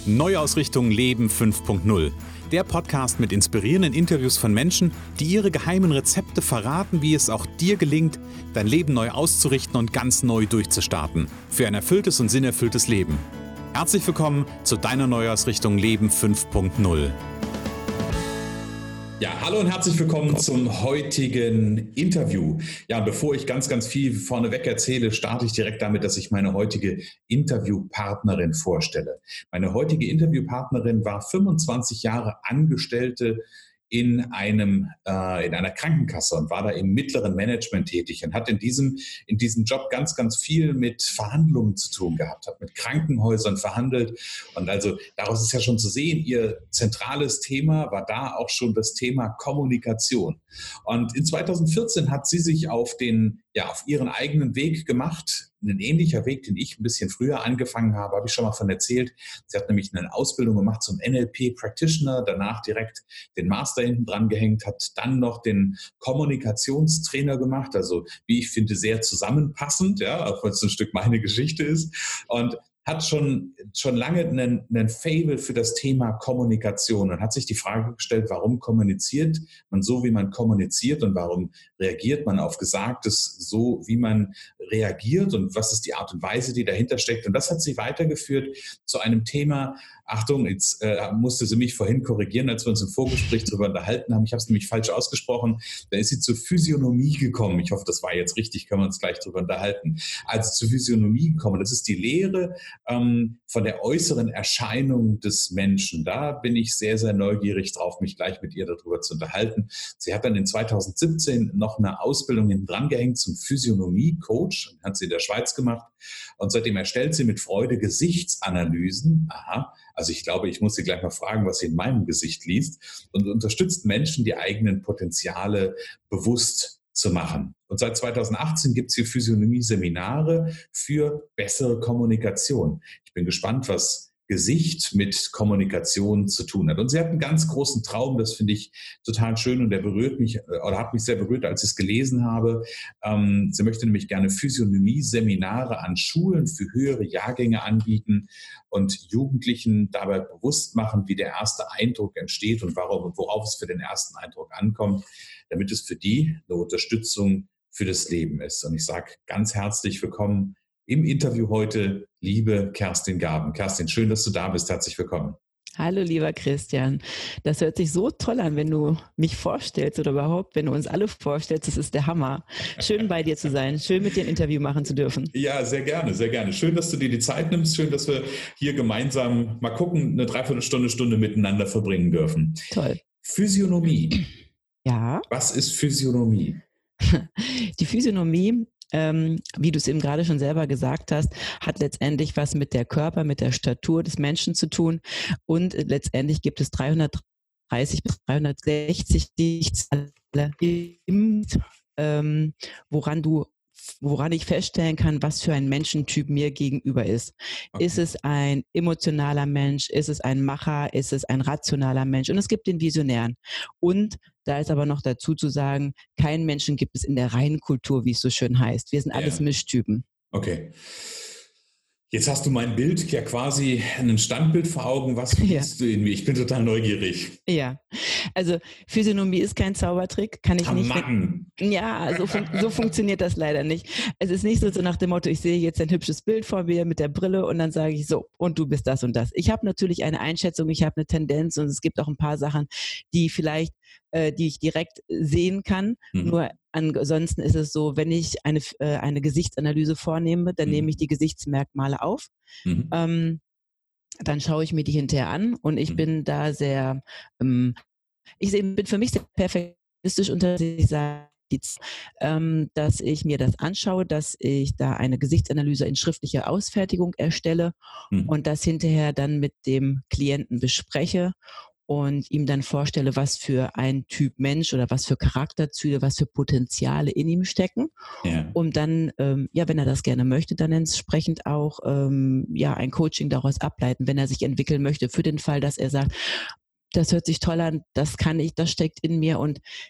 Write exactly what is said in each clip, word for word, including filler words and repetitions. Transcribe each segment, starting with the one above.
Neuausrichtung Leben fünf Punkt null. Der Podcast mit inspirierenden Interviews von Menschen, die ihre geheimen Rezepte verraten, wie es auch dir gelingt, dein Leben neu auszurichten und ganz neu durchzustarten. Für ein erfülltes und sinnerfülltes Leben. Herzlich willkommen zu deiner Neuausrichtung Leben fünf Punkt null. Ja, hallo und herzlich willkommen zum heutigen Interview. Ja, bevor ich ganz, ganz viel vorneweg erzähle, starte ich direkt damit, dass ich meine heutige Interviewpartnerin vorstelle. Meine heutige Interviewpartnerin war fünfundzwanzig Jahre Angestellte in einem äh, in einer Krankenkasse und war da im mittleren Management tätig und hat in diesem in diesem Job ganz ganz viel mit Verhandlungen zu tun gehabt, hat mit Krankenhäusern verhandelt und also daraus ist ja schon zu sehen, ihr zentrales Thema war da auch schon das Thema Kommunikation. Und in zweitausendvierzehn hat sie sich auf den ja auf ihren eigenen Weg gemacht. Ein ähnlicher Weg, den ich ein bisschen früher angefangen habe, habe ich schon mal von erzählt. Sie hat nämlich eine Ausbildung gemacht zum N L P Practitioner, danach direkt den Master hinten dran gehängt, hat dann noch den Kommunikationstrainer gemacht, also wie ich finde, sehr zusammenpassend, ja, auch wenn es ein Stück meine Geschichte ist. Und hat schon, schon lange einen, einen Faible für das Thema Kommunikation und hat sich die Frage gestellt, warum kommuniziert man so, wie man kommuniziert und warum reagiert man auf Gesagtes so, wie man reagiert und was ist die Art und Weise, die dahinter steckt. Und das hat sie weitergeführt zu einem Thema, Achtung, jetzt äh, musste sie mich vorhin korrigieren, als wir uns im Vorgespräch darüber unterhalten haben. Ich habe es nämlich falsch ausgesprochen. Da ist sie zur Physiognomie gekommen. Ich hoffe, das war jetzt richtig, können wir uns gleich darüber unterhalten. Also zur Physiognomie gekommen. Das ist die Lehre ähm, von der äußeren Erscheinung des Menschen. Da bin ich sehr, sehr neugierig drauf, mich gleich mit ihr darüber zu unterhalten. Sie hat dann in zweitausendsiebzehn noch eine Ausbildung hinten dran gehängt zum Physiognomie-Coach. Hat sie in der Schweiz gemacht. Und seitdem erstellt sie mit Freude Gesichtsanalysen. Aha. Also ich glaube, ich muss sie gleich mal fragen, was sie in meinem Gesicht liest und unterstützt Menschen, die eigenen Potenziale bewusst zu machen. Und seit zweitausendachtzehn gibt es hier Physiognomie-Seminare für bessere Kommunikation. Ich bin gespannt, was Gesicht mit Kommunikation zu tun hat. Und sie hat einen ganz großen Traum, das finde ich total schön und der berührt mich oder hat mich sehr berührt, als ich es gelesen habe. Ähm, sie möchte nämlich gerne Physiognomie-Seminare an Schulen für höhere Jahrgänge anbieten und Jugendlichen dabei bewusst machen, wie der erste Eindruck entsteht und warum, worauf es für den ersten Eindruck ankommt, damit es für die eine Unterstützung für das Leben ist. Und ich sage ganz herzlich willkommen im Interview heute, liebe Kerstin Gaben. Kerstin, schön, dass du da bist. Herzlich willkommen. Hallo, lieber Christian. Das hört sich so toll an, wenn du mich vorstellst oder überhaupt, wenn du uns alle vorstellst. Das ist der Hammer. Schön, bei dir zu sein. Schön, mit dir ein Interview machen zu dürfen. Ja, sehr gerne, sehr gerne. Schön, dass du dir die Zeit nimmst. Schön, dass wir hier gemeinsam mal gucken, eine Dreiviertelstunde, Stunde miteinander verbringen dürfen. Toll. Physiognomie. Ja. Was ist Physiognomie? Die Physiognomie, Ähm, wie du es eben gerade schon selber gesagt hast, hat letztendlich was mit der Körper, mit der Statur des Menschen zu tun und letztendlich gibt es dreihundertdreißig bis dreihundertsechzig Gesichtsanteile, ähm, woran du woran ich feststellen kann, was für ein Menschentyp mir gegenüber ist. Okay. Ist es ein emotionaler Mensch? Ist es ein Macher? Ist es ein rationaler Mensch? Und es gibt den Visionären. Und da ist aber noch dazu zu sagen, keinen Menschen gibt es in der reinen Kultur, wie es so schön heißt. Wir sind alles ja. Mischtypen. Okay. Jetzt hast du mein Bild ja quasi ein Standbild vor Augen. Was willst ja. du in mir? Ich bin total neugierig. Ja, also Physiognomie ist kein Zaubertrick, kann ich nicht. Mann. Ja, so, fun- so funktioniert das leider nicht. Es ist nicht so, so nach dem Motto, ich sehe jetzt ein hübsches Bild vor mir mit der Brille und dann sage ich so, und du bist das und das. Ich habe natürlich eine Einschätzung, ich habe eine Tendenz und es gibt auch ein paar Sachen, die vielleicht, äh, die ich direkt sehen kann. Mhm. Nur ansonsten ist es so, wenn ich eine, äh, eine Gesichtsanalyse vornehme, dann mhm. nehme ich die Gesichtsmerkmale auf. Mhm. Ähm, dann schaue ich mir die hinterher an und ich mhm. bin da sehr, ähm, ich bin für mich sehr perfektionistisch unter sich sage, ähm, dass ich mir das anschaue, dass ich da eine Gesichtsanalyse in schriftlicher Ausfertigung erstelle mhm. und das hinterher dann mit dem Klienten bespreche und ihm dann vorstelle, was für ein Typ Mensch oder was für Charakterzüge, was für Potenziale in ihm stecken. Ja. Und dann, ähm, ja, wenn er das gerne möchte, dann entsprechend auch ähm, ja ein Coaching daraus ableiten, wenn er sich entwickeln möchte, für den Fall, dass er sagt, das hört sich toll an, das kann ich, das steckt in mir und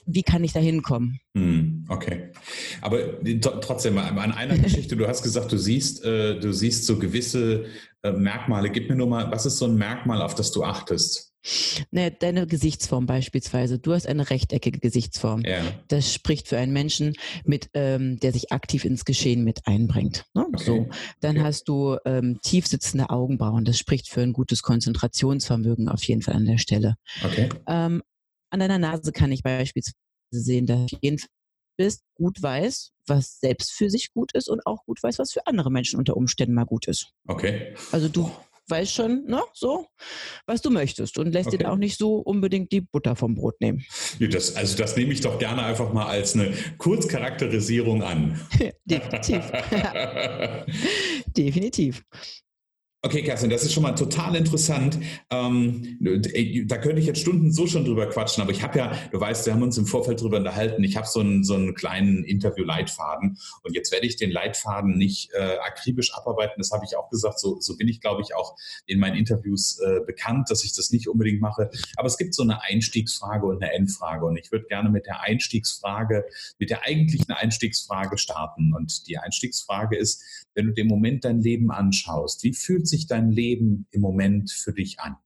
wie kann ich da hinkommen? Hm, okay. Aber trotzdem, an einer Geschichte, du hast gesagt, du siehst, äh, du siehst so gewisse äh, Merkmale. Gib mir nur mal, was ist so ein Merkmal, auf das du achtest? Ne, deine Gesichtsform beispielsweise. Du hast eine rechteckige Gesichtsform. Ja. Das spricht für einen Menschen, mit, ähm, der sich aktiv ins Geschehen mit einbringt. Ne? Okay. So. Dann Okay. hast du ähm, tief sitzende Augenbrauen. Das spricht für ein gutes Konzentrationsvermögen auf jeden Fall an der Stelle. Okay. Ähm, an deiner Nase kann ich beispielsweise sehen, dass du auf jeden Fall bist, gut weiß, was selbst für sich gut ist und auch gut weiß, was für andere Menschen unter Umständen mal gut ist. Okay. Also du weißt schon, ne, so, was du möchtest und lässt Okay. dir auch nicht so unbedingt die Butter vom Brot nehmen. Ja, das, also das nehme ich doch gerne einfach mal als eine Kurzcharakterisierung an. Definitiv. Definitiv. Okay, Kerstin, das ist schon mal total interessant. Ähm, da könnte ich jetzt Stunden so schon drüber quatschen, aber ich habe ja, du weißt, wir haben uns im Vorfeld drüber unterhalten, ich habe so einen, so einen kleinen Interview-Leitfaden und jetzt werde ich den Leitfaden nicht äh, akribisch abarbeiten, das habe ich auch gesagt, so, so bin ich, glaube ich, auch in meinen Interviews äh, bekannt, dass ich das nicht unbedingt mache, aber es gibt so eine Einstiegsfrage und eine Endfrage und ich würde gerne mit der Einstiegsfrage, mit der eigentlichen Einstiegsfrage starten und die Einstiegsfrage ist, wenn du den Moment dein Leben anschaust, wie fühlt sich dein Leben im Moment für dich an?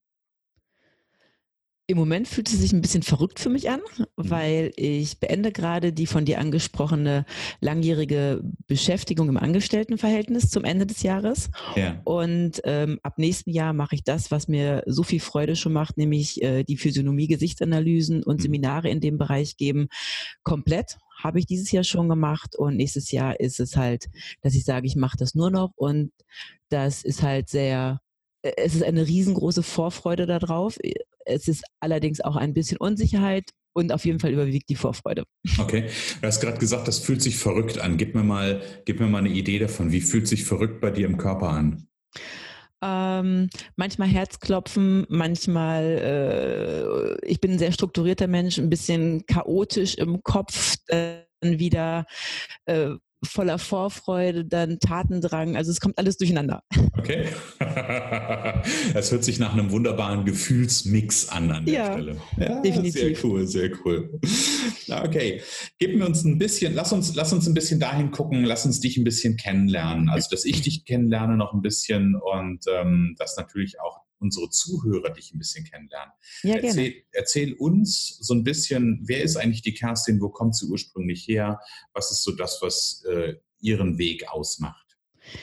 Im Moment fühlt es sich ein bisschen verrückt für mich an, weil ich beende gerade die von dir angesprochene langjährige Beschäftigung im Angestelltenverhältnis zum Ende des Jahres. Ja. Und ähm, ab nächstem Jahr mache ich das, was mir so viel Freude schon macht, nämlich äh, die Physiognomie-Gesichtsanalysen und Seminare in dem Bereich geben, komplett. Habe ich dieses Jahr schon gemacht und nächstes Jahr ist es halt, dass ich sage, ich mache das nur noch und das ist halt sehr, es ist eine riesengroße Vorfreude darauf. Es ist allerdings auch ein bisschen Unsicherheit und auf jeden Fall überwiegt die Vorfreude. Okay, du hast gerade gesagt, das fühlt sich verrückt an. Gib mir mal, gib mir mal eine Idee davon. Wie fühlt sich verrückt bei dir im Körper an? Ähm, manchmal Herzklopfen, manchmal, äh, ich bin ein sehr strukturierter Mensch, ein bisschen chaotisch im Kopf, dann wieder äh, voller Vorfreude, dann Tatendrang, also es kommt alles durcheinander. Okay. Das hört sich nach einem wunderbaren Gefühlsmix an an der Ja, Stelle. Ja, definitiv. Sehr cool, sehr cool. Okay, gib mir uns ein bisschen, lass uns, lass uns ein bisschen dahin gucken, lass uns dich ein bisschen kennenlernen. Also, dass ich dich kennenlerne noch ein bisschen und ähm, dass natürlich auch unsere Zuhörer dich ein bisschen kennenlernen. Ja, erzähl, gerne. erzähl uns so ein bisschen, wer ist eigentlich die Kerstin, wo kommt sie ursprünglich her? Was ist so das, was äh, ihren Weg ausmacht?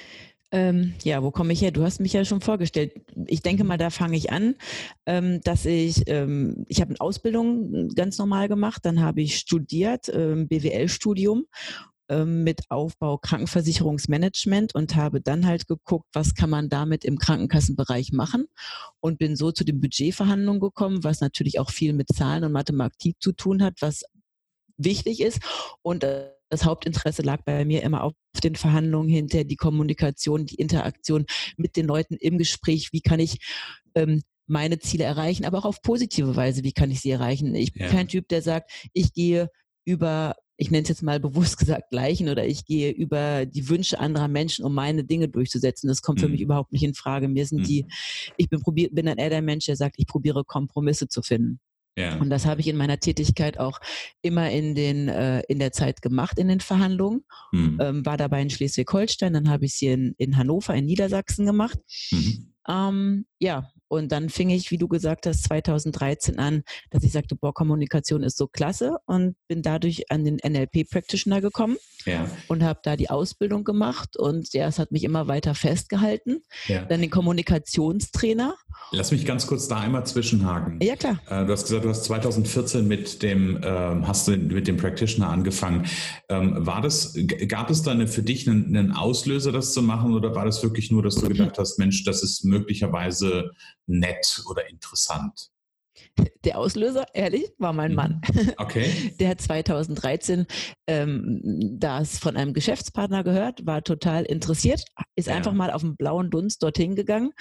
Ähm, ja, wo komme ich her? Du hast mich ja schon vorgestellt. Ich denke mal, da fange ich an, ähm, dass ich, ähm, ich habe eine Ausbildung ganz normal gemacht, dann habe ich studiert, ähm, B W L-Studium ähm, mit Aufbau Krankenversicherungsmanagement und habe dann halt geguckt, was kann man damit im Krankenkassenbereich machen und bin so zu den Budgetverhandlungen gekommen, was natürlich auch viel mit Zahlen und Mathematik zu tun hat, was wichtig ist und äh, das Hauptinteresse lag bei mir immer auf den Verhandlungen hinter, die Kommunikation, die Interaktion mit den Leuten im Gespräch. Wie kann ich ähm, meine Ziele erreichen, aber auch auf positive Weise, wie kann ich sie erreichen? Ich bin Ja. kein Typ, der sagt, ich gehe über, ich nenne es jetzt mal bewusst gesagt, Leichen oder ich gehe über die Wünsche anderer Menschen, um meine Dinge durchzusetzen. Das kommt für Mhm. mich überhaupt nicht in Frage. Mir sind Mhm. die, ich bin, probier, bin dann eher der Mensch, der sagt, ich probiere Kompromisse zu finden. Ja. Und das habe ich in meiner Tätigkeit auch immer in den äh, in der Zeit gemacht in den Verhandlungen. Mhm. Ähm, war dabei in Schleswig-Holstein, dann habe ich es hier in, in Hannover, in Niedersachsen gemacht. Mhm. Ähm, ja, und dann fing ich, wie du gesagt hast, zweitausenddreizehn an, dass ich sagte, boah, Kommunikation ist so klasse und bin dadurch an den N L P-Practitioner gekommen Ja. und habe da die Ausbildung gemacht und ja, es hat mich immer weiter festgehalten. Ja. Dann den Kommunikationstrainer. Lass mich ganz kurz da einmal zwischenhaken. Ja, klar. Äh, du hast gesagt, du hast zweitausendvierzehn mit dem, ähm, hast du mit dem Practitioner angefangen. Ähm, war das, g- gab es da eine, für dich einen, einen Auslöser, das zu machen, oder war das wirklich nur, dass du gedacht hast, Mensch, das ist möglicherweise nett oder interessant? Der Auslöser, ehrlich, war mein Mhm. Mann. Okay. Der hat zweitausenddreizehn ähm, das von einem Geschäftspartner gehört, war total interessiert, ist Ja. einfach mal auf den blauen Dunst dorthin gegangen.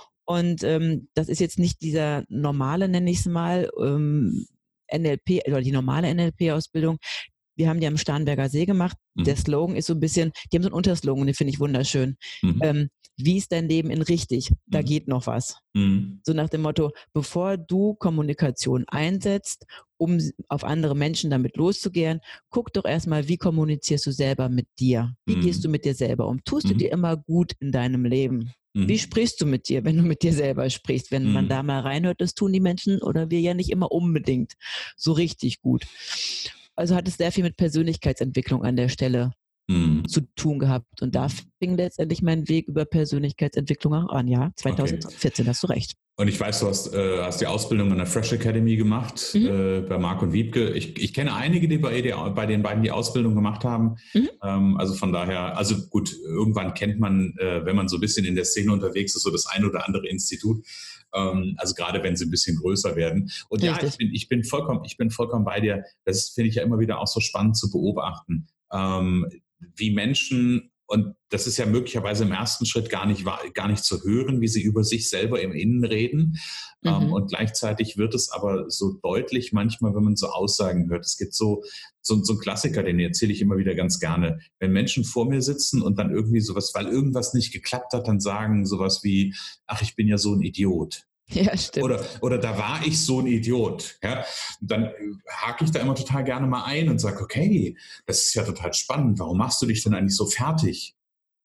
Und ähm, das ist jetzt nicht dieser normale, nenne ich es mal, ähm, N L P oder die normale N L P-Ausbildung. Wir haben die am Starnberger See gemacht. Mhm. Der Slogan ist so ein bisschen, die haben so einen Unterslogan, den finde ich wunderschön. Mhm. Ähm, wie ist dein Leben in richtig? Da Mhm. geht noch was. Mhm. So nach dem Motto, bevor du Kommunikation einsetzt, um auf andere Menschen damit loszugehen, guck doch erstmal, wie kommunizierst du selber mit dir? Wie gehst du Mhm. mit dir selber um? Tust du Mhm. dir immer gut in deinem Leben? Wie Mhm. sprichst du mit dir, wenn du mit dir selber sprichst? Wenn man da Mhm. mal reinhört, das tun die Menschen oder wir ja nicht immer unbedingt so richtig gut. Also hat es sehr viel mit Persönlichkeitsentwicklung an der Stelle Mhm. zu tun gehabt. Und da fing letztendlich mein Weg über Persönlichkeitsentwicklung auch an. Ja, Okay. zweitausendvierzehn, hast du recht. Und ich weiß, du hast, äh, hast die Ausbildung an der Fresh Academy gemacht, Mhm. äh, bei Marc und Wiebke. Ich, ich kenne einige, die bei, die bei den beiden die Ausbildung gemacht haben. Mhm. Ähm, also von daher, also gut, irgendwann kennt man, äh, wenn man so ein bisschen in der Szene unterwegs ist, so das ein oder andere Institut. Ähm, also gerade wenn sie ein bisschen größer werden. Und ja, Richtig. ich bin, ich bin vollkommen, ich bin vollkommen bei dir. Das finde ich ja immer wieder auch so spannend zu beobachten, ähm, wie Menschen, und das ist ja möglicherweise im ersten Schritt gar nicht, gar nicht zu hören, wie sie über sich selber im Innen reden. Mhm. Und gleichzeitig wird es aber so deutlich manchmal, wenn man so Aussagen hört. Es gibt so, so, so einen Klassiker, den erzähle ich immer wieder ganz gerne. Wenn Menschen vor mir sitzen und dann irgendwie sowas, weil irgendwas nicht geklappt hat, dann sagen sowas wie, ach, ich bin ja so ein Idiot. Ja, stimmt. Oder, oder da war ich so ein Idiot. Ja? Und dann hake ich da immer total gerne mal ein und sage, okay, das ist ja total spannend. Warum machst du dich denn eigentlich so fertig?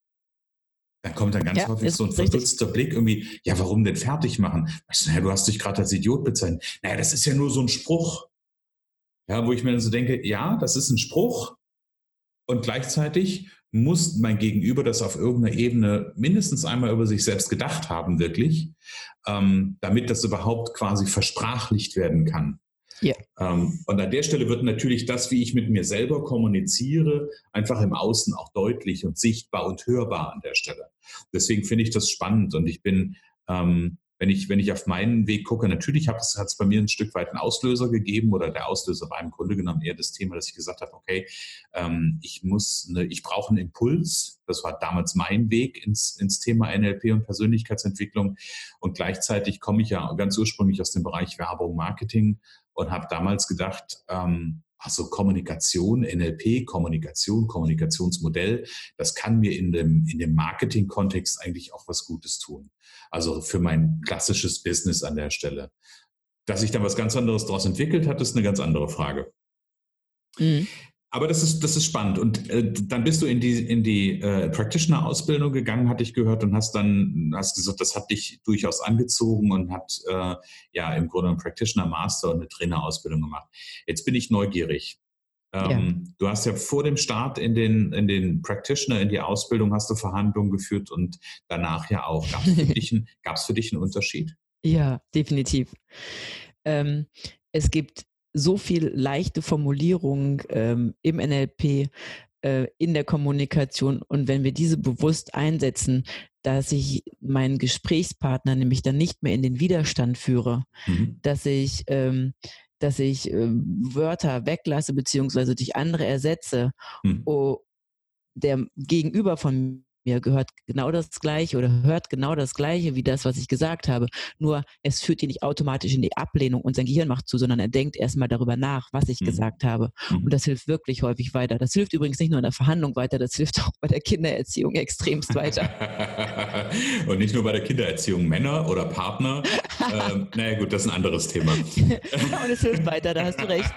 Dann kommt dann ganz ja, häufig so ein verdutzter Blick irgendwie, ja, warum denn fertig machen? Naja, du hast dich gerade als Idiot bezeichnet. Naja, das ist ja nur so ein Spruch. Ja, wo ich mir dann so denke, ja, das ist ein Spruch. Und gleichzeitig muss mein Gegenüber das auf irgendeiner Ebene mindestens einmal über sich selbst gedacht haben, wirklich, ähm, damit das überhaupt quasi versprachlicht werden kann. Ja. Ähm, und an der Stelle wird natürlich das, wie ich mit mir selber kommuniziere, einfach im Außen auch deutlich und sichtbar und hörbar an der Stelle. Deswegen finde ich das spannend und ich bin, ähm, wenn ich, wenn ich auf meinen Weg gucke, natürlich hat es bei mir ein Stück weit einen Auslöser gegeben oder der Auslöser war im Grunde genommen eher das Thema, dass ich gesagt habe, okay, ähm, ich muss, eine, ich brauche einen Impuls. Das war damals mein Weg ins, ins Thema N L P und Persönlichkeitsentwicklung. Und gleichzeitig komme ich ja ganz ursprünglich aus dem Bereich Werbung, Marketing und habe damals gedacht, ähm, also Kommunikation, N L P, Kommunikation, Kommunikationsmodell, das kann mir in dem, in dem Marketing-Kontext eigentlich auch was Gutes tun. Also für mein klassisches Business an der Stelle. Dass sich da was ganz anderes daraus entwickelt hat, ist eine ganz andere Frage. Mhm. Aber das ist, das ist spannend. Und äh, dann bist du in die, in die äh, Practitioner-Ausbildung gegangen, hatte ich gehört, und hast dann hast gesagt, das hat dich durchaus angezogen und hat äh, ja im Grunde einen Practitioner-Master und eine Trainerausbildung gemacht. Jetzt bin ich neugierig. Ähm, ja. Du hast ja vor dem Start in den, in den Practitioner, in die Ausbildung, hast du Verhandlungen geführt und danach ja auch. Gab es für dich ein, gab's für dich einen Unterschied? Ja, definitiv. Ähm, es gibt so viel leichte Formulierung ähm, im N L P, äh, in der Kommunikation. Und wenn wir diese bewusst einsetzen, dass ich meinen Gesprächspartner nämlich dann nicht mehr in den Widerstand führe, mhm. dass ich, ähm, dass ich äh, Wörter weglasse beziehungsweise durch andere ersetze, mhm. oh, der Gegenüber von mir gehört genau das Gleiche oder hört genau das Gleiche wie das, was ich gesagt habe. Nur es führt ihn nicht automatisch in die Ablehnung und sein Gehirn macht zu, sondern er denkt erstmal darüber nach, was ich mhm. gesagt habe. Mhm. Und das hilft wirklich häufig weiter. Das hilft übrigens nicht nur in der Verhandlung weiter, das hilft auch bei der Kindererziehung extremst weiter. Und nicht nur bei der Kindererziehung, Männer oder Partner. ähm, naja gut, das ist ein anderes Thema. Und es hilft weiter, da hast du recht.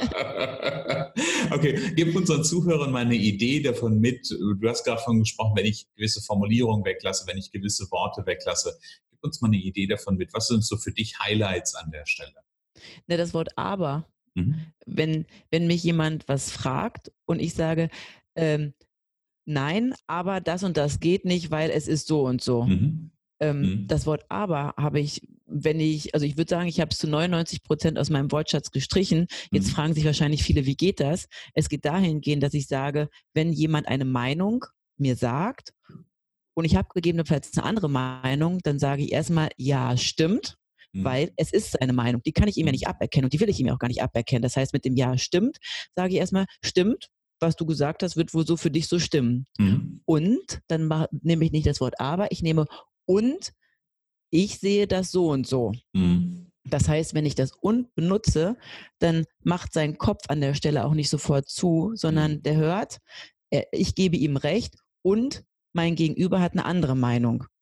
Okay, gib unseren Zuhörern mal eine Idee davon mit. Du hast gerade davon gesprochen, wenn ich gewisse Formulierungen weglasse, wenn ich gewisse Worte weglasse. Gib uns mal eine Idee davon mit. Was sind so für dich Highlights an der Stelle? Na, das Wort aber. Mhm. Wenn, wenn mich jemand was fragt und ich sage, ähm, nein, aber das und das geht nicht, weil es ist so und so. Mhm. Ähm, mhm. Das Wort aber habe ich, wenn ich, also ich würde sagen, ich habe es zu neunundneunzig Prozent aus meinem Wortschatz gestrichen. Jetzt mhm. fragen sich wahrscheinlich viele, wie geht das? Es geht dahingehend, dass ich sage, wenn jemand eine Meinung mir sagt und ich habe gegebenenfalls eine andere Meinung, dann sage ich erstmal, ja, stimmt, mhm. weil es ist seine Meinung. Die kann ich ihm ja nicht aberkennen und die will ich ihm auch gar nicht aberkennen. Das heißt, mit dem Ja, stimmt, sage ich erstmal, stimmt, was du gesagt hast, wird wohl so für dich so stimmen. Mhm. Und dann mach, nehme ich nicht das Wort aber, ich nehme und ich sehe das so und so. Mhm. Das heißt, wenn ich das und benutze, dann macht sein Kopf an der Stelle auch nicht sofort zu, sondern der hört, ich gebe ihm recht und mein Gegenüber hat eine andere Meinung.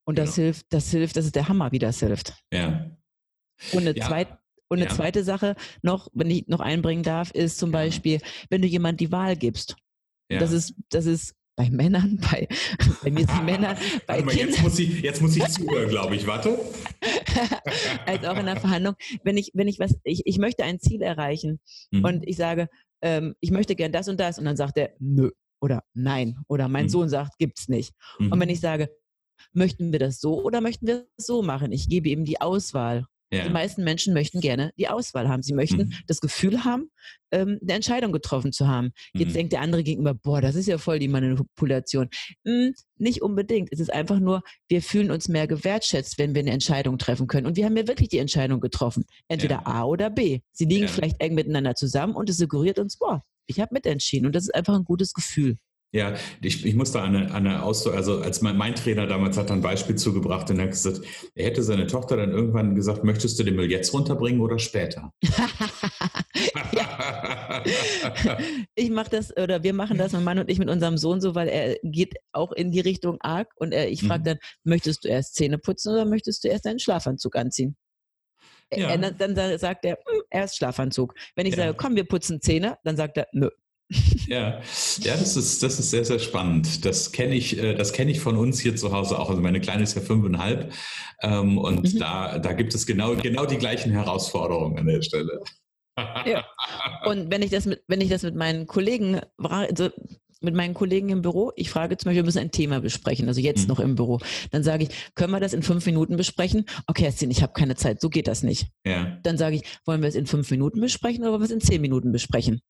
Und genau. das hilft, das hilft, das ist der Hammer, wie das hilft. Ja. Und eine, Ja. zweit, und eine Ja. zweite Sache noch, wenn ich noch einbringen darf, ist zum Ja. Beispiel, wenn du jemand die Wahl gibst. Ja. Das ist, das ist bei Männern, bei, bei mir sind Männer, bei Warte mal, Kindern. jetzt muss ich, jetzt muss ich zuhören, glaube ich. Warte. Als auch in der Verhandlung. Wenn ich, wenn ich was, ich, ich möchte ein Ziel erreichen Mhm. und ich sage, ähm, ich möchte gern das und das und dann sagt er nö oder nein oder mein Mhm. Sohn sagt, gibt's nicht. Mhm. Und wenn ich sage, möchten wir das so oder möchten wir es so machen? Ich gebe ihm die Auswahl. Ja. Die meisten Menschen möchten gerne die Auswahl haben. Sie möchten Mhm. das Gefühl haben, ähm, eine Entscheidung getroffen zu haben. Jetzt Mhm. denkt der andere gegenüber, boah, das ist ja voll die Manipulation. Hm, nicht unbedingt. Es ist einfach nur, wir fühlen uns mehr gewertschätzt, wenn wir eine Entscheidung treffen können. Und wir haben ja wirklich die Entscheidung getroffen. Entweder Ja. A oder B. Sie liegen Ja. vielleicht eng miteinander zusammen und es suggeriert uns, boah, ich habe mitentschieden. Und das ist einfach ein gutes Gefühl. Ja, ich, ich muss da an eine, an eine Ausdruck, also als mein, mein Trainer damals hat ein Beispiel zugebracht und er hat gesagt, er hätte seine Tochter dann irgendwann gesagt, möchtest du den Müll jetzt runterbringen oder später? Ich mache das, oder wir machen das, mein Mann und ich, mit unserem Sohn so, weil er geht auch in die Richtung arg und er, ich frage dann, möchtest du erst Zähne putzen oder möchtest du erst deinen Schlafanzug anziehen? Ja. Er, dann sagt er, erst Schlafanzug. Wenn ich Ja. sage, komm, wir putzen Zähne, dann sagt er, nö. Ja, ja, das ist, das ist sehr, sehr spannend. Das kenne ich, das kenne ich von uns hier zu Hause auch. Also meine Kleine ist ja fünfeinhalb ähm, und mhm. da, da gibt es genau, genau die gleichen Herausforderungen an der Stelle. Ja. Und wenn ich das mit, wenn ich das mit meinen Kollegen, also mit meinen Kollegen im Büro, ich frage zum Beispiel, wir müssen ein Thema besprechen, also jetzt mhm. noch im Büro, dann sage ich, können wir das in fünf Minuten besprechen? Okay, Kerstin, ich habe keine Zeit, so geht das nicht. Ja. Dann sage ich, wollen wir es in fünf Minuten besprechen oder wollen wir es in zehn Minuten besprechen?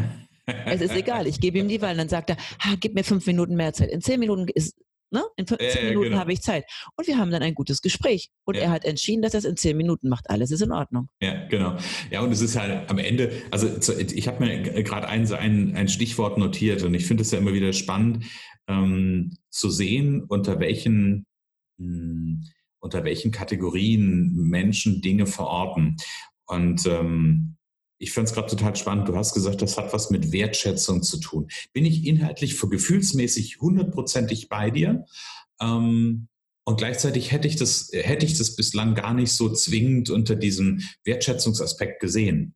Es ist egal, ich gebe ihm die Wahl. Dann sagt er, ah, gib mir fünf Minuten mehr Zeit. In zehn Minuten ist, ne? In zehn äh, Minuten genau. habe ich Zeit. Und wir haben dann ein gutes Gespräch. Und ja. er hat entschieden, dass er es in zehn Minuten macht. Alles ist in Ordnung. Ja, genau. Ja, und es ist halt am Ende, also ich habe mir gerade ein, ein, ein Stichwort notiert und ich finde es ja immer wieder spannend, ähm, zu sehen, unter welchen, mh, unter welchen Kategorien Menschen Dinge verorten. Und ähm, ich fand es gerade total spannend. Du hast gesagt, das hat was mit Wertschätzung zu tun. Bin ich inhaltlich für gefühlsmäßig hundertprozentig bei dir? Ähm, und gleichzeitig hätte ich das, hätte ich das bislang gar nicht so zwingend unter diesem Wertschätzungsaspekt gesehen.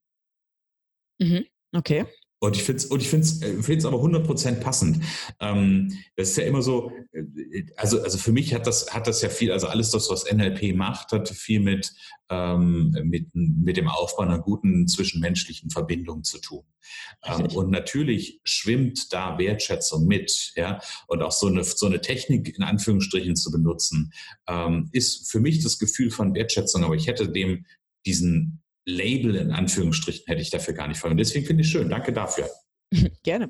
Mhm. Okay. Und ich finde es und ich finde es finde es aber hundert Prozent passend. Ähm, das ist ja immer so, also also für mich hat das hat das ja viel, also alles das, was N L P macht, hat viel mit ähm, mit mit dem Aufbau einer guten zwischenmenschlichen Verbindung zu tun. Ähm, und natürlich schwimmt da Wertschätzung mit, ja. Und auch so eine so eine Technik in Anführungsstrichen zu benutzen, ähm, ist für mich das Gefühl von Wertschätzung. Aber ich hätte dem diesen Label in Anführungsstrichen hätte ich dafür gar nicht verwendet. Deswegen finde ich es schön. Danke dafür. Gerne.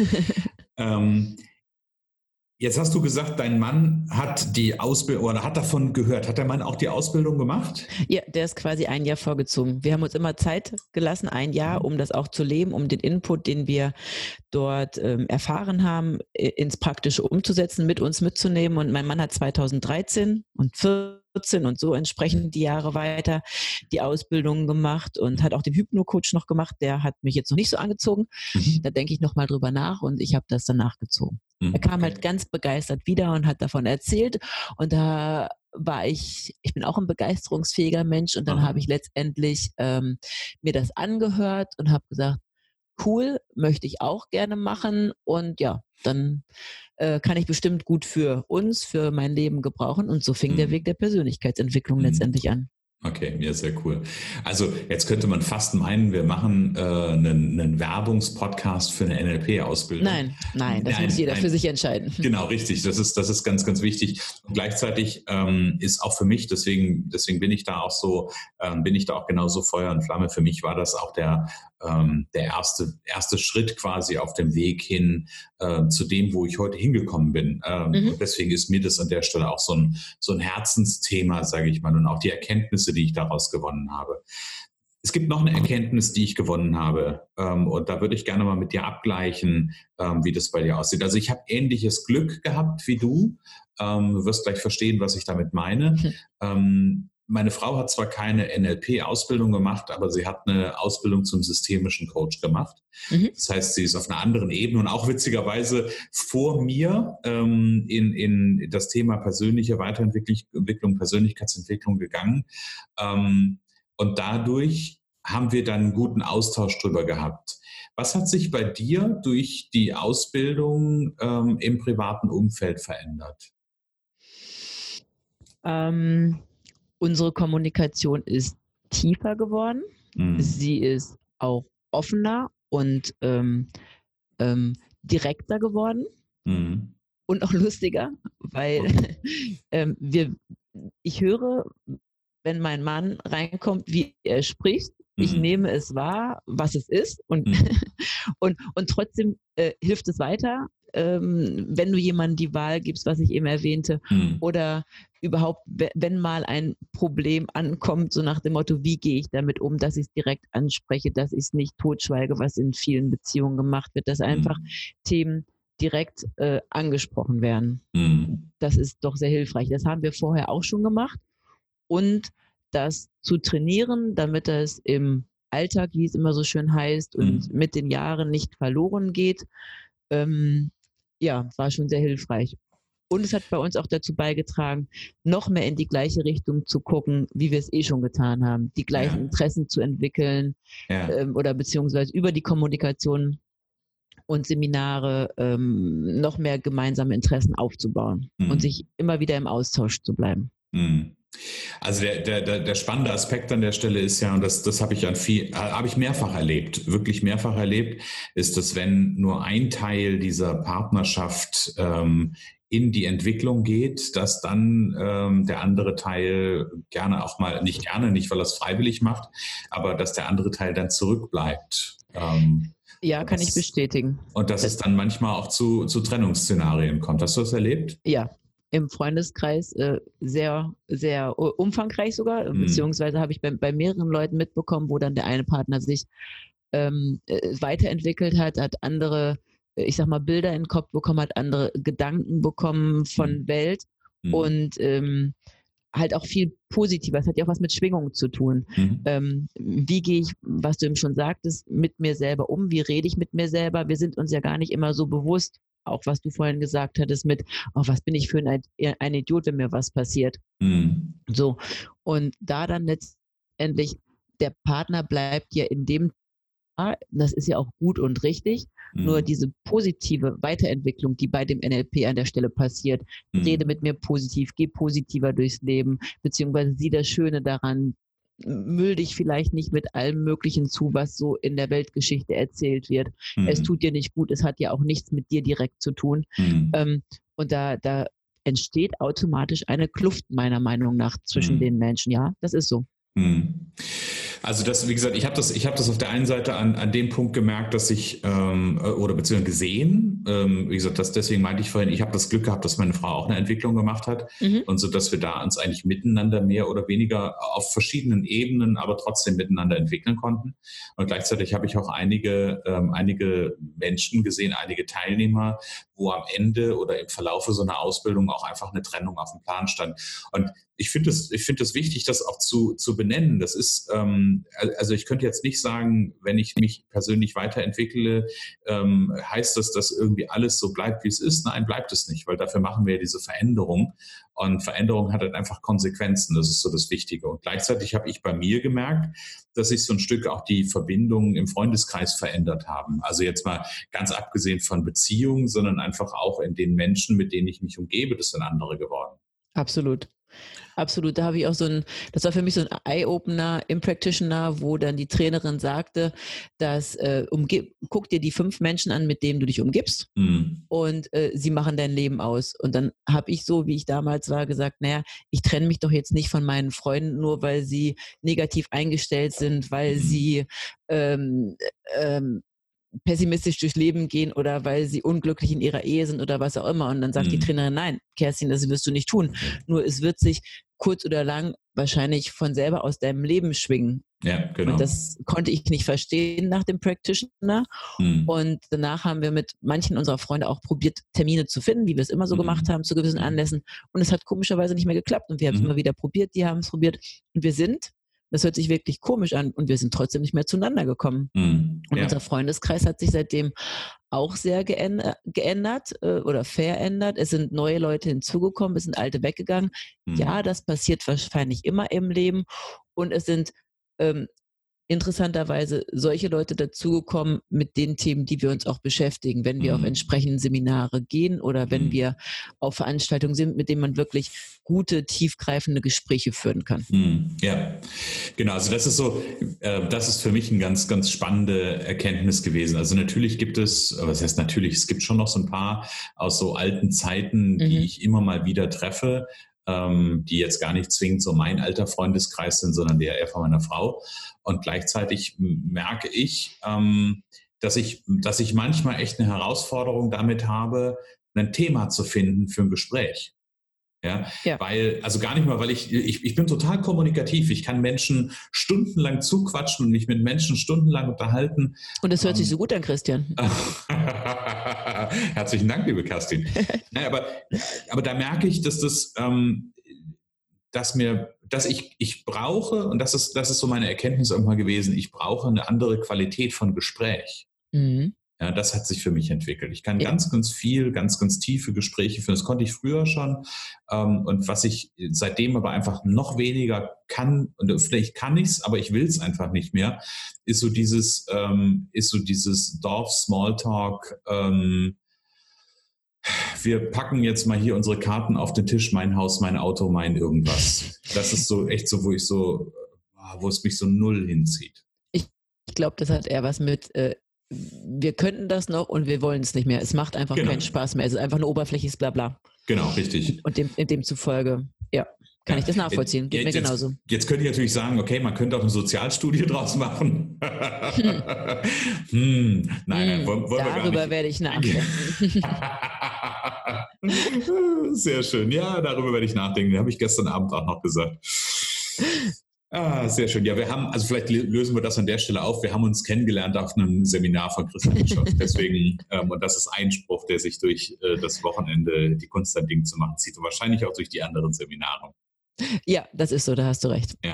ähm, jetzt hast du gesagt, dein Mann hat die Ausbildung oder hat davon gehört. Hat der Mann auch die Ausbildung gemacht? Ja, der ist quasi ein Jahr vorgezogen. Wir haben uns immer Zeit gelassen, ein Jahr, um das auch zu leben, um den Input, den wir dort ähm, erfahren haben, ins Praktische umzusetzen, mit uns mitzunehmen. Und mein Mann hat zweitausenddreizehn und vierzehn und so entsprechend die Jahre weiter die Ausbildung gemacht und hat auch den Hypno-Coach noch gemacht. Der hat mich jetzt noch nicht so angezogen. Mhm. Da denke ich nochmal drüber nach und ich habe das dann nachgezogen. Mhm. Er kam halt ganz begeistert wieder und hat davon erzählt und da war ich, ich bin auch ein begeisterungsfähiger Mensch und dann habe ich letztendlich ähm, mir das angehört und habe gesagt, cool, möchte ich auch gerne machen und ja, dann äh, kann ich bestimmt gut für uns, für mein Leben gebrauchen und so fing mhm. der Weg der Persönlichkeitsentwicklung mhm. letztendlich an. Okay, ja, sehr cool. Also jetzt könnte man fast meinen, wir machen äh, einen, einen Werbungspodcast für eine N L P-Ausbildung. Nein, nein, das nein, muss jeder nein. für sich entscheiden. Genau, richtig. Das ist, das ist ganz, ganz wichtig. Und gleichzeitig ähm, ist auch für mich, deswegen, deswegen bin ich da auch so, ähm, bin ich da auch genauso Feuer und Flamme. Für mich war das auch der, ähm, der erste, erste Schritt quasi auf dem Weg hin äh, zu dem, wo ich heute hingekommen bin. Ähm, mhm. Und deswegen ist mir das an der Stelle auch so ein, so ein Herzensthema, sage ich mal, und auch die Erkenntnisse, die ich daraus gewonnen habe. Es gibt noch eine Erkenntnis, die ich gewonnen habe, ähm, und da würde ich gerne mal mit dir abgleichen, ähm, wie das bei dir aussieht. Also ich habe ähnliches Glück gehabt wie du. Ähm, du wirst gleich verstehen, was ich damit meine. Mhm. Ähm, meine Frau hat zwar keine N L P-Ausbildung gemacht, aber sie hat eine Ausbildung zum systemischen Coach gemacht. Mhm. Das heißt, sie ist auf einer anderen Ebene und auch witzigerweise vor mir ähm, in, in das Thema persönliche Weiterentwicklung, Persönlichkeitsentwicklung gegangen. Ähm, und dadurch haben wir dann einen guten Austausch drüber gehabt. Was hat sich bei dir durch die Ausbildung ähm, im privaten Umfeld verändert? Ähm, unsere Kommunikation ist tiefer geworden. Mhm. Sie ist auch offener und ähm, ähm, direkter geworden. Mhm. Und auch lustiger, weil okay. ähm, wir, ich höre, wenn mein Mann reinkommt, wie er spricht. Mhm. Ich nehme es wahr, was es ist und, mhm. und, und trotzdem äh, hilft es weiter, ähm, wenn du jemandem die Wahl gibst, was ich eben erwähnte, mhm. oder überhaupt, wenn mal ein Problem ankommt, so nach dem Motto, wie gehe ich damit um, dass ich es direkt anspreche, dass ich es nicht totschweige, was in vielen Beziehungen gemacht wird, dass einfach mhm. Themen direkt äh, angesprochen werden. Mhm. Das ist doch sehr hilfreich. Das haben wir vorher auch schon gemacht. Und das zu trainieren, damit das im Alltag, wie es immer so schön heißt, und mhm. mit den Jahren nicht verloren geht, ähm, ja, war schon sehr hilfreich. Und es hat bei uns auch dazu beigetragen, noch mehr in die gleiche Richtung zu gucken, wie wir es eh schon getan haben, die gleichen ja. Interessen zu entwickeln ja. ähm, oder beziehungsweise über die Kommunikation und Seminare ähm, noch mehr gemeinsame Interessen aufzubauen mhm. und sich immer wieder im Austausch zu bleiben. Mhm. Also der, der, der spannende Aspekt an der Stelle ist ja, und das, das habe ich an viel, habe ich mehrfach erlebt, wirklich mehrfach erlebt, ist, dass wenn nur ein Teil dieser Partnerschaft ähm, in die Entwicklung geht, dass dann ähm, der andere Teil gerne auch mal, nicht gerne, nicht weil er es freiwillig macht, aber dass der andere Teil dann zurückbleibt. Ähm, ja, kann das, ich bestätigen. Und dass das, es dann manchmal auch zu, zu Trennungsszenarien kommt. Hast du das erlebt? Ja. Im Freundeskreis äh, sehr, sehr uh, umfangreich sogar, mhm. beziehungsweise habe ich bei, bei mehreren Leuten mitbekommen, wo dann der eine Partner sich ähm, äh, weiterentwickelt hat, hat andere, äh, ich sag mal, Bilder in den Kopf bekommen, hat andere Gedanken bekommen von mhm. Welt mhm. und ähm, halt auch viel positiver. Es hat ja auch was mit Schwingungen zu tun. Mhm. Ähm, wie gehe ich, was du eben schon sagtest, mit mir selber um? Wie rede ich mit mir selber? Wir sind uns ja gar nicht immer so bewusst, auch was du vorhin gesagt hattest mit, oh, was bin ich für ein, ein Idiot, wenn mir was passiert. Mhm. So. Und da dann letztendlich, der Partner bleibt ja in dem, das ist ja auch gut und richtig, mhm. nur diese positive Weiterentwicklung, die bei dem N L P an der Stelle passiert, mhm. rede mit mir positiv, geh positiver durchs Leben, beziehungsweise sieh das Schöne daran, müll dich vielleicht nicht mit allem Möglichen zu, was so in der Weltgeschichte erzählt wird. Mhm. Es tut dir nicht gut, es hat ja auch nichts mit dir direkt zu tun. Mhm. Ähm, und da, da entsteht automatisch eine Kluft meiner Meinung nach zwischen mhm. den Menschen. Ja, das ist so. Mhm. Also das, wie gesagt, ich habe das, ich habe das auf der einen Seite an, an dem Punkt gemerkt, dass ich ähm, oder beziehungsweise gesehen, ähm, wie gesagt, das, deswegen meinte ich vorhin, ich habe das Glück gehabt, dass meine Frau auch eine Entwicklung gemacht hat mhm. und so, dass wir da uns eigentlich miteinander mehr oder weniger auf verschiedenen Ebenen, aber trotzdem miteinander entwickeln konnten. Und gleichzeitig habe ich auch einige, ähm, einige Menschen gesehen, einige Teilnehmer, wo am Ende oder im Verlaufe so einer Ausbildung auch einfach eine Trennung auf dem Plan stand. Und ich finde es, ich finde es wichtig, das auch zu, zu benennen. Das ist, ähm, also ich könnte jetzt nicht sagen, wenn ich mich persönlich weiterentwickle, ähm, heißt das, dass irgendwie alles so bleibt, wie es ist. Nein, bleibt es nicht, weil dafür machen wir ja diese Veränderung. Und Veränderung hat halt einfach Konsequenzen. Das ist so das Wichtige. Und gleichzeitig habe ich bei mir gemerkt, dass sich so ein Stück auch die Verbindungen im Freundeskreis verändert haben. Also jetzt mal ganz abgesehen von Beziehungen, sondern einfach auch in den Menschen, mit denen ich mich umgebe, das sind andere geworden. Absolut. Absolut, da habe ich auch so ein, das war für mich so ein Eye-Opener im Practitioner, wo dann die Trainerin sagte, dass äh, umge- guck dir die fünf Menschen an, mit denen du dich umgibst mhm. und äh, sie machen dein Leben aus. Und dann habe ich so, wie ich damals war, gesagt, naja, ich trenne mich doch jetzt nicht von meinen Freunden, nur weil sie negativ eingestellt sind, weil mhm. sie ähm, ähm, pessimistisch durchs Leben gehen oder weil sie unglücklich in ihrer Ehe sind oder was auch immer. Und dann sagt mhm. die Trainerin, nein, Kerstin, das wirst du nicht tun. Nur es wird sich kurz oder lang wahrscheinlich von selber aus deinem Leben schwingen. Ja, genau. Und das konnte ich nicht verstehen nach dem Practitioner. Mhm. Und danach haben wir mit manchen unserer Freunde auch probiert, Termine zu finden, wie wir es immer so mhm. gemacht haben, zu gewissen Anlässen. Und es hat komischerweise nicht mehr geklappt. Und wir haben es mhm. immer wieder probiert, die haben es probiert. Und wir sind, das hört sich wirklich komisch an, und wir sind trotzdem nicht mehr zueinander gekommen. Mhm. Und ja. unser Freundeskreis hat sich seitdem auch sehr geändert, geändert äh, oder verändert. Es sind neue Leute hinzugekommen, es sind alte weggegangen. Mhm. Ja, das passiert wahrscheinlich immer im Leben. Und es sind ähm, interessanterweise solche Leute dazugekommen mit den Themen, die wir uns auch beschäftigen, wenn wir mhm. auf entsprechende Seminare gehen oder wenn mhm. wir auf Veranstaltungen sind, mit denen man wirklich gute, tiefgreifende Gespräche führen kann. Mhm. Ja, genau. Also das ist so, äh, das ist für mich eine ganz, ganz spannende Erkenntnis gewesen. Also natürlich gibt es, was heißt natürlich, es gibt schon noch so ein paar aus so alten Zeiten, die mhm. ich immer mal wieder treffe, die jetzt gar nicht zwingend so mein alter Freundeskreis sind, sondern der eher von meiner Frau. Und gleichzeitig merke ich, dass ich, dass ich manchmal echt eine Herausforderung damit habe, ein Thema zu finden für ein Gespräch. Ja, ja, weil, also gar nicht mal, weil ich, ich, ich bin total kommunikativ. Ich kann Menschen stundenlang zuquatschen und mich mit Menschen stundenlang unterhalten. Und das hört ähm, sich so gut an, Christian. Herzlichen Dank, liebe Kerstin. Nein, aber, aber da merke ich, dass das, ähm, dass mir, dass ich, ich brauche, und das ist, das ist so meine Erkenntnis irgendwann gewesen, ich brauche eine andere Qualität von Gespräch. Mhm. Ja, das hat sich für mich entwickelt. Ich kann ja. ganz, ganz viel, ganz, ganz tiefe Gespräche führen. Das konnte ich früher schon. Und was ich seitdem aber einfach noch weniger kann, und vielleicht kann ich es, aber ich will es einfach nicht mehr, ist so dieses, ist so dieses Dorf-Smalltalk. Wir packen jetzt mal hier unsere Karten auf den Tisch, mein Haus, mein Auto, mein irgendwas. Das ist so echt so, wo ich so, wo es mich so null hinzieht. Ich, ich glaube, das hat eher was mit äh wir könnten das noch und wir wollen es nicht mehr. Es macht einfach genau. keinen Spaß mehr. Es ist einfach ein oberflächliches Blabla. Genau, richtig. Und dem, demzufolge, ja, kann ja. ich das nachvollziehen. Geht jetzt, mir genauso. Jetzt, jetzt könnte ich natürlich sagen, okay, man könnte auch eine Sozialstudie draus machen. hm. hm. Nein, nein, wollen, wollen darüber wir gar nicht. Werde ich nachdenken. Sehr schön. Ja, darüber werde ich nachdenken. Den habe ich gestern Abend auch noch gesagt. Ah, sehr schön. Ja, wir haben, also vielleicht lösen wir das an der Stelle auf. Wir haben uns kennengelernt auf einem Seminar von Christian Bischoff. Deswegen, ähm, und das ist ein Spruch, der sich durch äh, das Wochenende, die Kunst ein Ding zu machen, zieht und wahrscheinlich auch durch die anderen Seminare. Ja, das ist so, da hast du recht. Ja.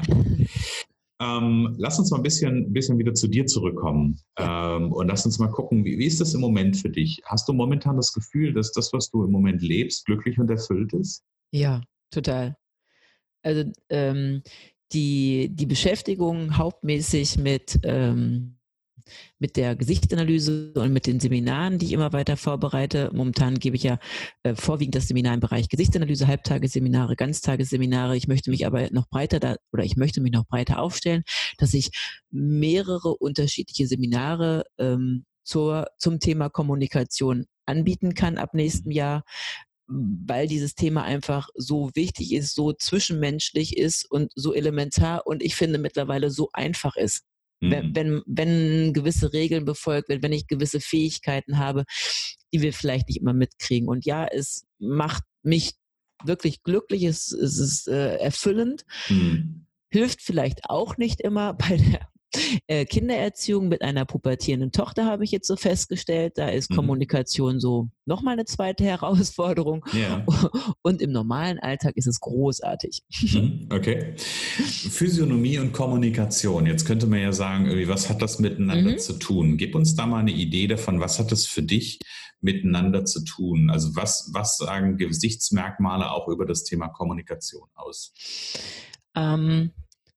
Ähm, lass uns mal ein bisschen, bisschen wieder zu dir zurückkommen ja. ähm, und lass uns mal gucken, wie, wie ist das im Moment für dich? Hast du momentan das Gefühl, dass das, was du im Moment lebst, glücklich und erfüllt ist? Ja, total. Also, ähm, Die, die Beschäftigung hauptmäßig mit, ähm, mit der Gesichtsanalyse und mit den Seminaren, die ich immer weiter vorbereite. Momentan gebe ich ja äh, vorwiegend das Seminar im Bereich Gesichtsanalyse, Halbtagesseminare, Ganztagesseminare. Ich möchte mich aber noch breiter da, oder ich möchte mich noch breiter aufstellen, dass ich mehrere unterschiedliche Seminare ähm, zur, zum Thema Kommunikation anbieten kann ab nächstem Jahr, weil dieses Thema einfach so wichtig ist, so zwischenmenschlich ist und so elementar und ich finde mittlerweile so einfach ist. Mhm. Wenn, wenn, wenn gewisse Regeln befolgt werden, wenn ich gewisse Fähigkeiten habe, die wir vielleicht nicht immer mitkriegen. Und ja, es macht mich wirklich glücklich, es, es ist äh, erfüllend, mhm. hilft vielleicht auch nicht immer bei der Äh, Kindererziehung mit einer pubertierenden Tochter habe ich jetzt so festgestellt. Da ist mhm. Kommunikation so nochmal eine zweite Herausforderung. Ja. Und im normalen Alltag ist es großartig. Mhm. Okay. Physiognomie und Kommunikation. Jetzt könnte man ja sagen, irgendwie, was hat das miteinander mhm. zu tun? Gib uns da mal eine Idee davon, was hat das für dich miteinander zu tun? Also was, was sagen Gesichtsmerkmale auch über das Thema Kommunikation aus? Ähm,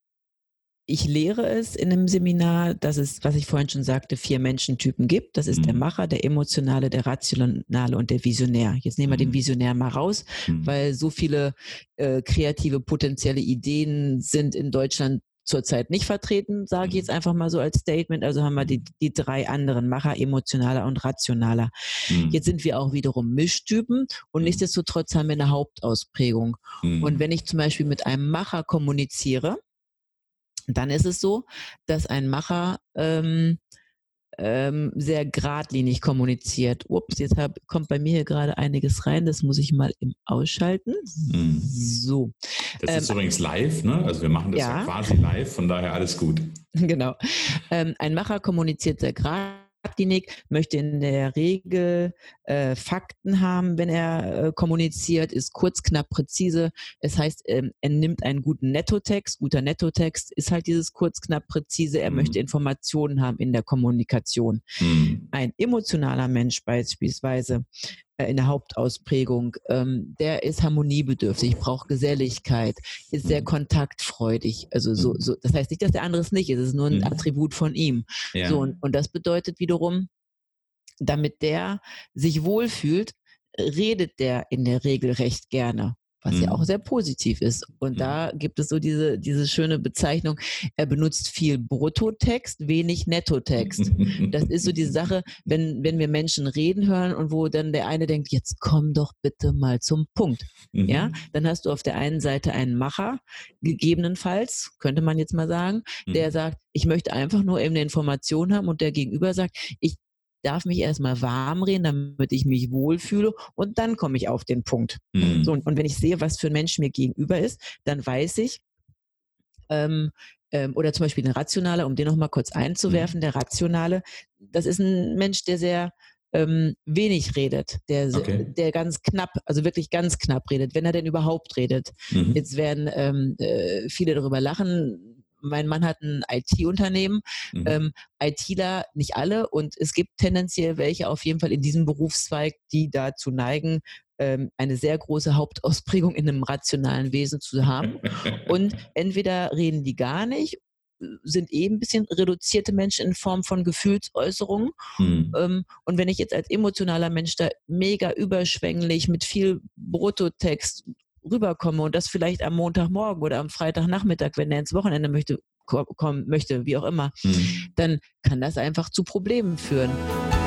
Ich lehre es in einem Seminar, dass es, was ich vorhin schon sagte, vier Menschentypen gibt. Das ist mhm. der Macher, der Emotionale, der Rationale und der Visionär. Jetzt nehmen wir mhm. den Visionär mal raus, mhm. weil so viele äh, kreative, potenzielle Ideen sind in Deutschland zurzeit nicht vertreten, sage ich jetzt einfach mal so als Statement. Also haben wir die, die drei anderen, Macher, Emotionaler und Rationaler. Mhm. Jetzt sind wir auch wiederum Mischtypen und nichtsdestotrotz haben wir eine Hauptausprägung. Mhm. Und wenn ich zum Beispiel mit einem Macher kommuniziere, dann ist es so, dass ein Macher ähm, ähm, sehr geradlinig kommuniziert. Ups, jetzt hab, kommt bei mir hier gerade einiges rein, das muss ich mal im Ausschalten. Mhm. So. Das Ähm, ist übrigens live, ne? Also wir machen das ja, ja quasi live, von daher alles gut. Genau. Ähm, ein Macher kommuniziert sehr geradlinig, möchte in der Regel äh, Fakten haben, wenn er äh, kommuniziert, ist kurz, knapp, präzise. Es heißt, ähm, er nimmt einen guten Nettotext. Guter Nettotext ist halt dieses kurz, knapp, präzise. Er Mhm. möchte Informationen haben in der Kommunikation. Mhm. Ein emotionaler Mensch beispielsweise in der Hauptausprägung, ähm, der ist harmoniebedürftig, braucht Geselligkeit, ist sehr kontaktfreudig. Also so, so, das heißt nicht, dass der andere es nicht ist, es ist nur ein Attribut von ihm. Ja. So, und, und das bedeutet wiederum, damit der sich wohlfühlt, redet der in der Regel recht gerne, was Mhm. ja auch sehr positiv ist. Und Mhm. da gibt es so diese, diese schöne Bezeichnung, er benutzt viel Bruttotext, wenig Nettotext. Das ist so die Sache, wenn, wenn wir Menschen reden hören und wo dann der eine denkt, jetzt komm doch bitte mal zum Punkt. Mhm. Ja, dann hast du auf der einen Seite einen Macher, gegebenenfalls, könnte man jetzt mal sagen, der Mhm. sagt, ich möchte einfach nur eben eine Information haben, und der Gegenüber sagt, ich darf mich erstmal warm reden, damit ich mich wohlfühle, und dann komme ich auf den Punkt. Mhm. So, und, und wenn ich sehe, was für ein Mensch mir gegenüber ist, dann weiß ich, ähm, ähm, oder zum Beispiel ein Rationaler, um den nochmal kurz einzuwerfen, der Rationale, das ist ein Mensch, der sehr ähm, wenig redet, der, Okay. der ganz knapp, also wirklich ganz knapp redet, wenn er denn überhaupt redet. Mhm. Jetzt werden ähm, äh, viele darüber lachen. Mein Mann hat ein I T-Unternehmen, Mhm. ähm, ITler nicht alle, und es gibt tendenziell welche auf jeden Fall in diesem Berufszweig, die dazu neigen, ähm, eine sehr große Hauptausprägung in einem rationalen Wesen zu haben. Und entweder reden die gar nicht, sind eben ein bisschen reduzierte Menschen in Form von Gefühlsäußerungen. Mhm. Ähm, und wenn ich jetzt als emotionaler Mensch da mega überschwänglich mit viel Bruttotext rüberkomme und das vielleicht am Montagmorgen oder am Freitagnachmittag, wenn er ins Wochenende möchte, kommen möchte, wie auch immer, Mhm. dann kann das einfach zu Problemen führen.